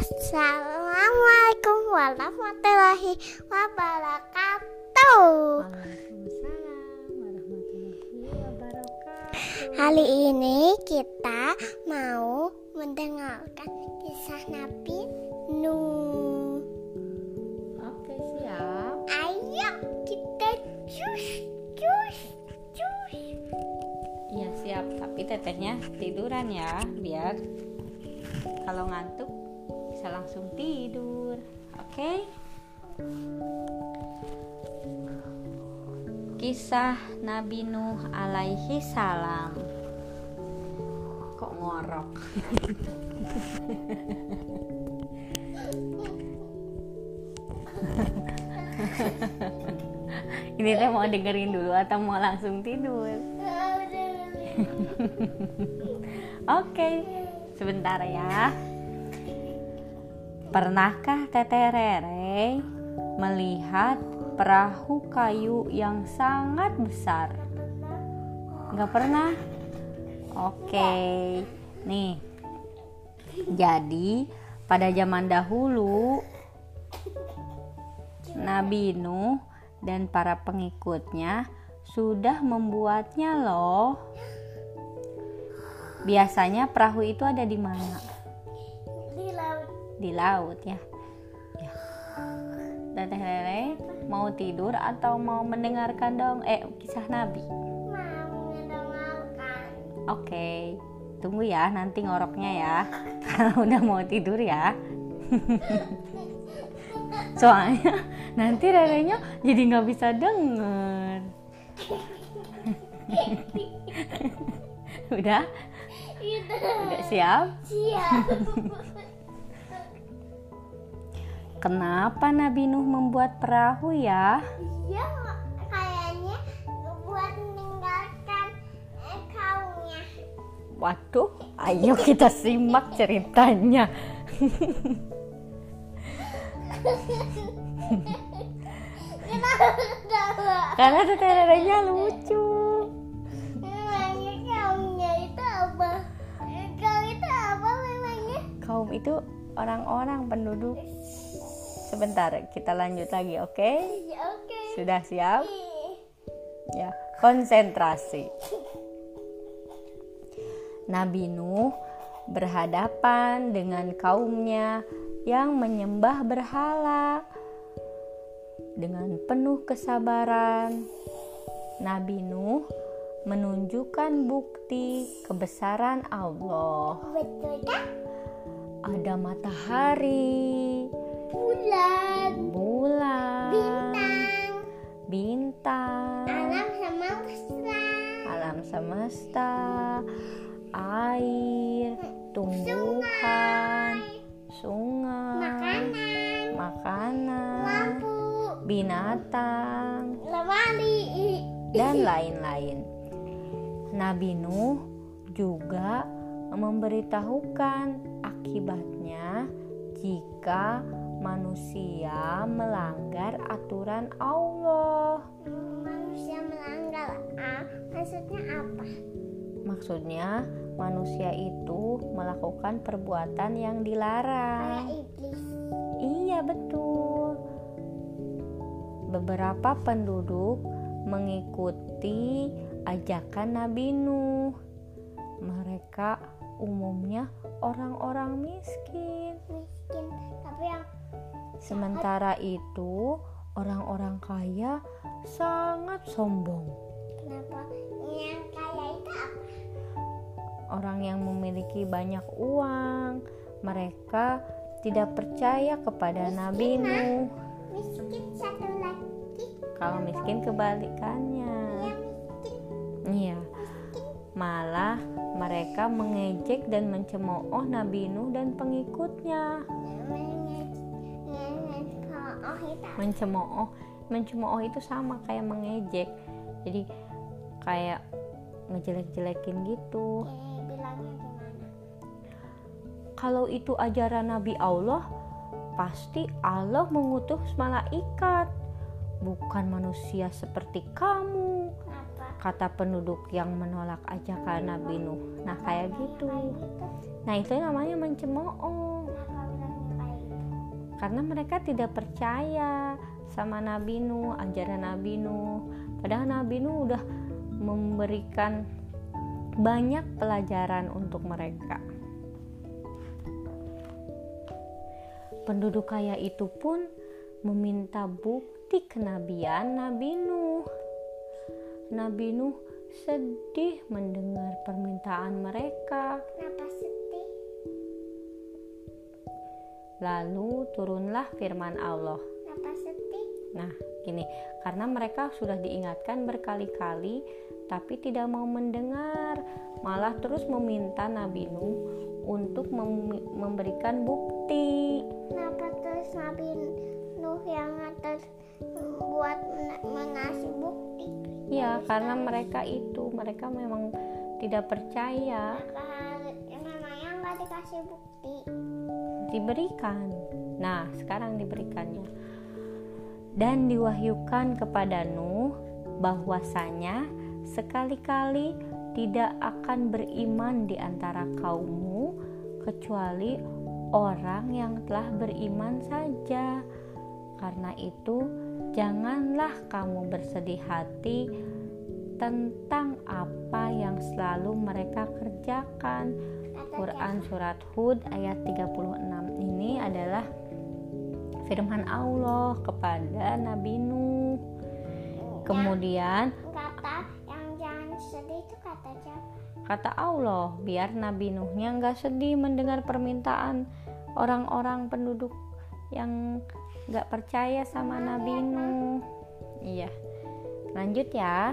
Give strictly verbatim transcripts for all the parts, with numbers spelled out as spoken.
Assalamualaikum warahmatullahi wabarakatuh. Waalaikumsalam warahmatullahi wabarakatuh. Hari ini kita mau mendengarkan kisah Nabi Nuh. Oke, siap. Ayo kita cus cus cus. Iya, siap. Tapi tetehnya tiduran ya, biar kalau ngantuk bisa langsung tidur. Oke. Kisah Nabi Nuh alaihi salam. Kok ngorok? Ini teh mau dengerin dulu atau mau langsung tidur? Oke, sebentar ya. Pernahkah Teteh Rere melihat perahu kayu yang sangat besar? Nggak pernah? Oke, nih. Jadi pada zaman dahulu Nabi Nuh dan para pengikutnya sudah membuatnya loh. Biasanya perahu itu ada di mana? Di laut. Di laut ya. Ya. Teteh Rere mau tidur atau mau mendengarkan dong eh kisah Nabi? Mau mendengarkan. Oke, tunggu ya nanti ngoroknya ya. Kalau udah mau tidur ya. Soalnya nanti Rerenya jadi nggak bisa denger. Udah? Udah siap? Siap. Kenapa Nabi Nuh membuat perahu ya? Iya, kayaknya buat meninggalkan eh, kaumnya. Waduh, ayo kita simak ceritanya. Kenapa ketawa? Karena Teteh Rerenya lucu. Memangnya kaumnya itu apa? Kaum itu apa memangnya? Kaum itu orang-orang penduduk. Sebentar, kita lanjut lagi, oke? Ya, oke. Sudah siap? Ya, konsentrasi. Nabi Nuh berhadapan dengan kaumnya yang menyembah berhala. Dengan penuh kesabaran, Nabi Nuh menunjukkan bukti kebesaran Allah. Betul kan? Ada matahari, Bulan, bulan, bintang, bintang, alam semesta, alam semesta, air, tumbuhan, sungai, makanan, makanan, lampu, binatang, lemari, dan lain-lain. Nabi Nuh juga memberitahukan akibatnya jika manusia melanggar aturan Allah. Manusia melanggar ah, maksudnya apa? Maksudnya manusia itu melakukan perbuatan yang dilarang. Kayak iblis. Iya, betul. Beberapa penduduk mengikuti ajakan Nabi Nuh. Mereka umumnya orang-orang miskin. Miskin, tapi yang Sementara itu, orang-orang kaya sangat sombong. kenapa? Yang kaya itu apa? Orang yang memiliki banyak uang, mereka tidak percaya kepada Nabi Nuh. Miskin satu lagi. Kalau miskin kebalikannya. Yang miskin. Iya. Malah mereka mengejek dan mencemooh Nabi Nuh dan pengikutnya. Oh, itu Mencemooh, mencemooh itu sama kayak mengejek. Jadi kayak ngejelek-jelekin gitu. eh, bilangnya gimana? Kalau itu ajaran Nabi Allah, pasti Allah mengutus malaikat, bukan manusia seperti kamu. Apa? Kata penduduk yang menolak ajakan Nabi Nuh. Nah kayak gitu. Nah itu namanya mencemooh. Kenapa bilangnya karena mereka tidak percaya sama Nabi Nuh, ajaran Nabi Nuh. Padahal Nabi Nuh udah memberikan banyak pelajaran untuk mereka. Penduduk kaya itu pun meminta bukti kenabian Nabi Nuh. Nabi Nuh sedih mendengar permintaan mereka. Kenapa sedih? Lalu turunlah firman Allah. Kenapa sedih? Nah, gini, karena mereka sudah diingatkan berkali-kali tapi tidak mau mendengar, malah terus meminta Nabi Nuh untuk mem- memberikan bukti. Kenapa terus Nabi Nuh yang atas buat men- mengasih bukti? Ya, karena mereka itu, mereka memang tidak percaya. Mereka memangnya nggak dikasih bukti. Diberikan. Nah, sekarang diberikannya. Dan diwahyukan kepada Nuh bahwasanya sekali-kali tidak akan beriman di antara kaummu kecuali orang yang telah beriman saja. Karena itu, janganlah kamu bersedih hati tentang apa yang selalu mereka kerjakan. Quran surat Hud ayat tiga puluh enam ini adalah firman Allah kepada Nabi Nuh. Kemudian Kata yang jangan sedih itu kata siapa? kata Allah, biar Nabi Nuhnya gak sedih mendengar permintaan orang-orang penduduk yang gak percaya sama Nabi Nuh. Iya, lanjut ya.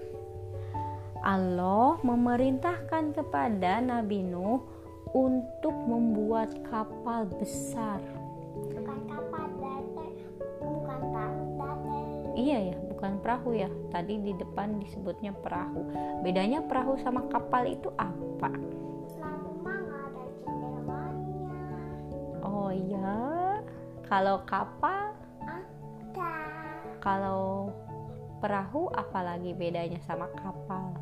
Allah memerintahkan kepada Nabi Nuh untuk membuat kapal besar. Bukan kapal datar, bukan perahu datar. Iya ya, bukan perahu ya. Tadi di depan disebutnya perahu. Bedanya perahu sama kapal itu apa? Lampu mah nggak ada jendelanya. Oh iya, kalau kapal, Ada. kalau perahu apalagi bedanya sama kapal?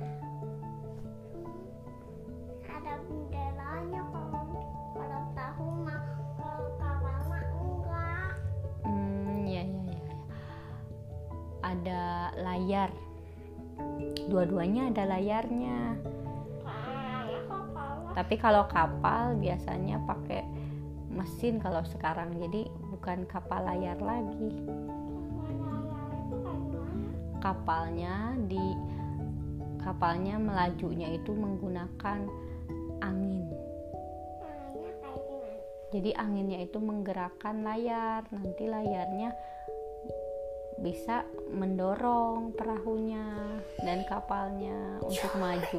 Ada jendelanya kalau kalau perahu mah, kalau kapal mah enggak. Hmm, ya ya ya. Ada layar. Dua-duanya ada layarnya. Kayaknya kapal mah. Tapi kalau kapal biasanya pakai mesin kalau sekarang, jadi bukan kapal layar lagi. Layar itu kayak gimana? Kapalnya di kapalnya melajunya itu menggunakan angin. Kayaknya kayak gimana? Jadi anginnya itu menggerakkan layar. Nanti layarnya bisa mendorong perahunya dan kapalnya untuk maju.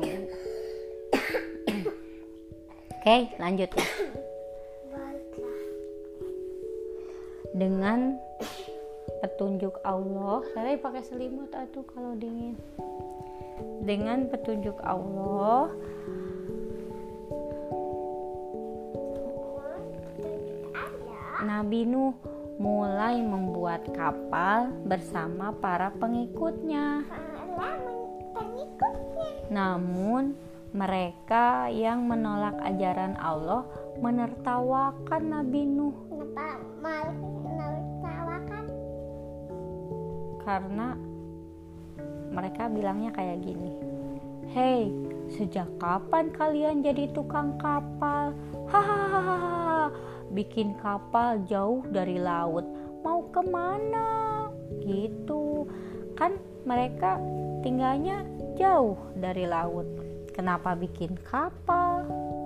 Oke, lanjut ya. Baiklah. Dengan petunjuk Allah, saya pakai selimut atuh kalau dingin. Dengan petunjuk Allah, Ada. Nabi Nuh mulai membuat kapal bersama para pengikutnya. Para pengikutnya. Namun mereka yang menolak ajaran Allah menertawakan Nabi Nuh Kenapa malu menertawakan? karena mereka bilangnya kayak gini, "Hei, sejak kapan kalian jadi tukang kapal? Hahaha, bikin kapal jauh dari laut, mau kemana?" Gitu kan, mereka tinggalnya jauh dari laut, kenapa bikin kapal?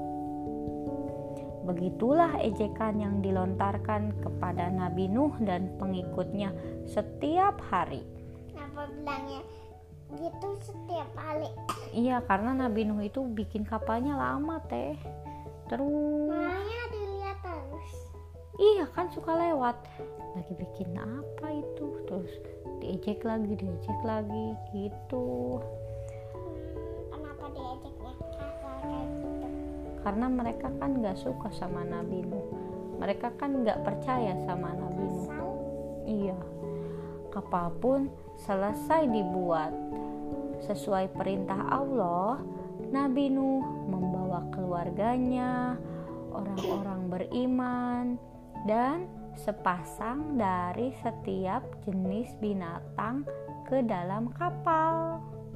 Begitulah ejekan yang dilontarkan kepada Nabi Nuh dan pengikutnya setiap hari. Kenapa bilangnya gitu setiap kali? Iya, karena Nabi Nuh itu bikin kapalnya lama teh. Terus Makanya dilihat terus. iya kan suka lewat, lagi bikin apa itu, terus diejek lagi, diejek lagi gitu. Hmm, kenapa diejeknya kapal kayak gitu? Karena mereka kan gak suka sama Nabi Nuh. Mereka kan gak percaya sama Nabi Nuh. Asal Iya, kapal pun selesai dibuat. Sesuai perintah Allah, Nabi Nuh membawa keluarganya, orang-orang beriman, dan sepasang dari setiap jenis binatang ke dalam kapal.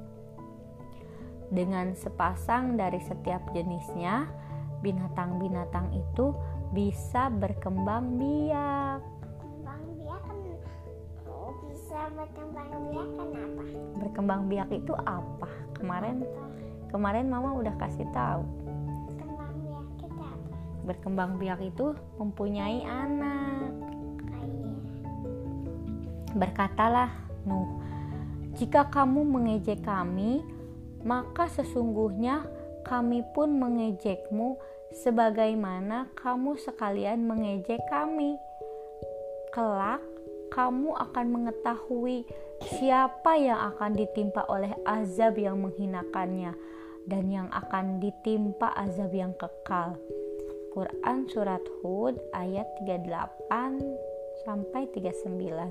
Dengan sepasang dari setiap jenisnya, binatang-binatang itu bisa berkembang biak. Berkembang biak kan oh, bisa berkembang biak kenapa? Berkembang biak itu apa? Kemarin kemarin Mama udah kasih tahu. Berkembang biak itu apa? Berkembang biak itu mempunyai anak. Kayak Berkatalah Nuh, jika kamu mengejek kami, maka sesungguhnya kami pun mengejekmu sebagaimana kamu sekalian mengejek kami. Kelak kamu akan mengetahui siapa yang akan ditimpa oleh azab yang menghinakannya dan yang akan ditimpa azab yang kekal. Quran Surat Hud ayat tiga puluh delapan sampai tiga puluh sembilan.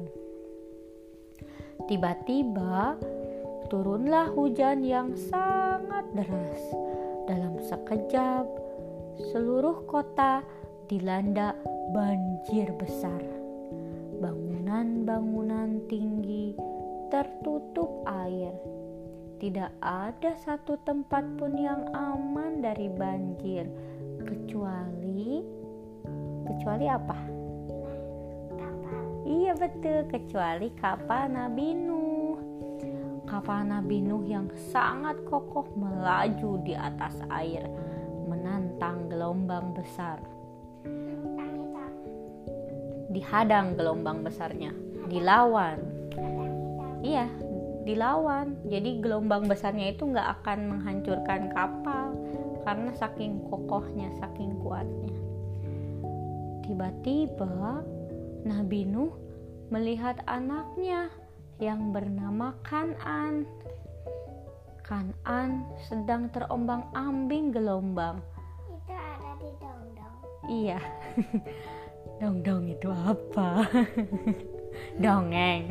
Tiba-tiba turunlah hujan yang sangat deras. Dalam sekejap, seluruh kota dilanda banjir besar. Bangunan-bangunan tinggi tertutup air. Tidak ada satu tempat pun yang aman dari banjir, kecuali kecuali apa? kapal. Iya betul, kecuali kapal Nabi Nuh. Kapal Nabi Nuh yang sangat kokoh melaju di atas air, menantang gelombang besar. Tentang itu apa? Dihadang gelombang besarnya, dilawan. Tentang itu apa? Iya, dilawan. Jadi gelombang besarnya itu nggak akan menghancurkan kapal karena saking kokohnya, saking kuatnya. Tiba-tiba Nabi Nuh melihat anaknya yang bernama Kan'an. Kan'an sedang terombang-ambing gelombang. Itu ada di dongdong. Iya. Dongdong itu apa? Dongeng.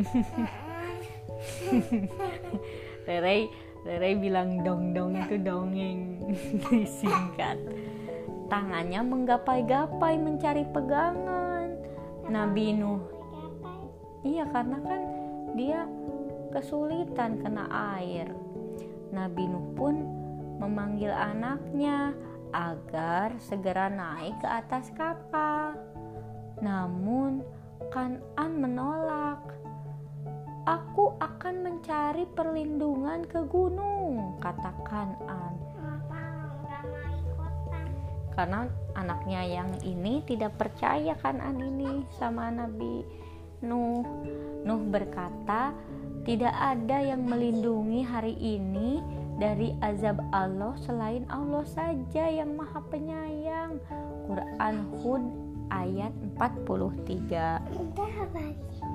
Rere Rere bilang dongdong itu dongeng. Disingkat. Tangannya menggapai-gapai mencari pegangan. Nabi Nuh. Iya, karena kan dia kesulitan kena air. Nabi Nuh pun memanggil anaknya agar segera naik ke atas kapal. Namun Kan'an menolak. Aku akan mencari perlindungan ke gunung, kata Kan'an. Kenapa nggak mau ikutan? Karena anaknya yang ini tidak percaya Kan'an ini sama Nabi Nuh. Nuh berkata, tidak ada yang melindungi hari ini dari azab Allah selain Allah saja yang Maha Penyayang. Quran Hud ayat empat puluh tiga. Itu apa?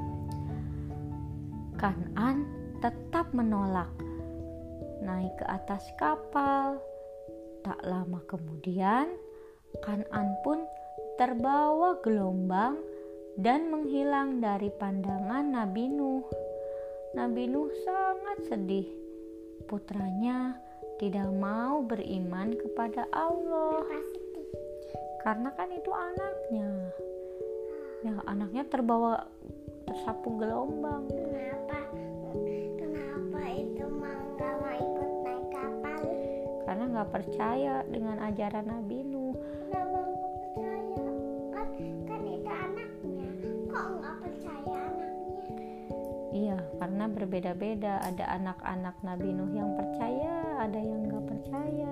Kan'an tetap menolak. Naik ke atas kapal. Tak lama kemudian, Kan'an pun terbawa gelombang dan menghilang dari pandangan Nabi Nuh. Nabi Nuh sangat sedih. Putranya tidak mau beriman kepada Allah. Pasti. Karena kan itu anaknya. Ya, anaknya terbawa tersapu gelombang. Kenapa? Kenapa itu mau nggak mau ikut naik kapal? Karena nggak percaya dengan ajaran Nabi Nuh. Kenapa nggak percaya? Kan, kan itu anaknya. Kok nggak percaya anaknya? Iya, karena berbeda-beda. Ada anak-anak Nabi Nuh yang percaya, ada yang nggak percaya.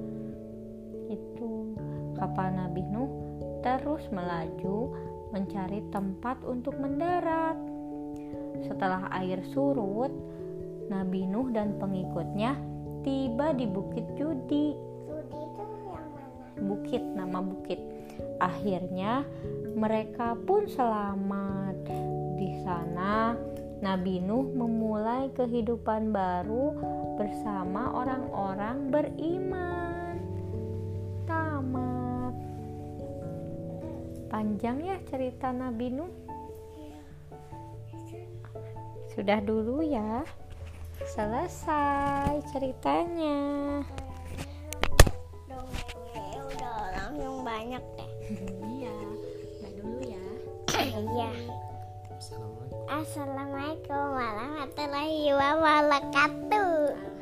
Itu kapal Nabi Nuh terus melaju mencari tempat untuk mendarat. Setelah air surut, Nabi Nuh dan pengikutnya tiba di Bukit Judi. Judi itu yang mana? Bukit, nama bukit. Akhirnya mereka pun selamat. Di sana Nabi Nuh memulai kehidupan baru bersama orang-orang beriman. Tamat. Panjang ya cerita Nabi Nuh. Sudah dulu ya. Selesai ceritanya. Dongengnya udah langsung banyak deh. Iya, udah dulu ya. iya. Assalamualaikum. Assalamualaikum warahmatullahi wabarakatuh.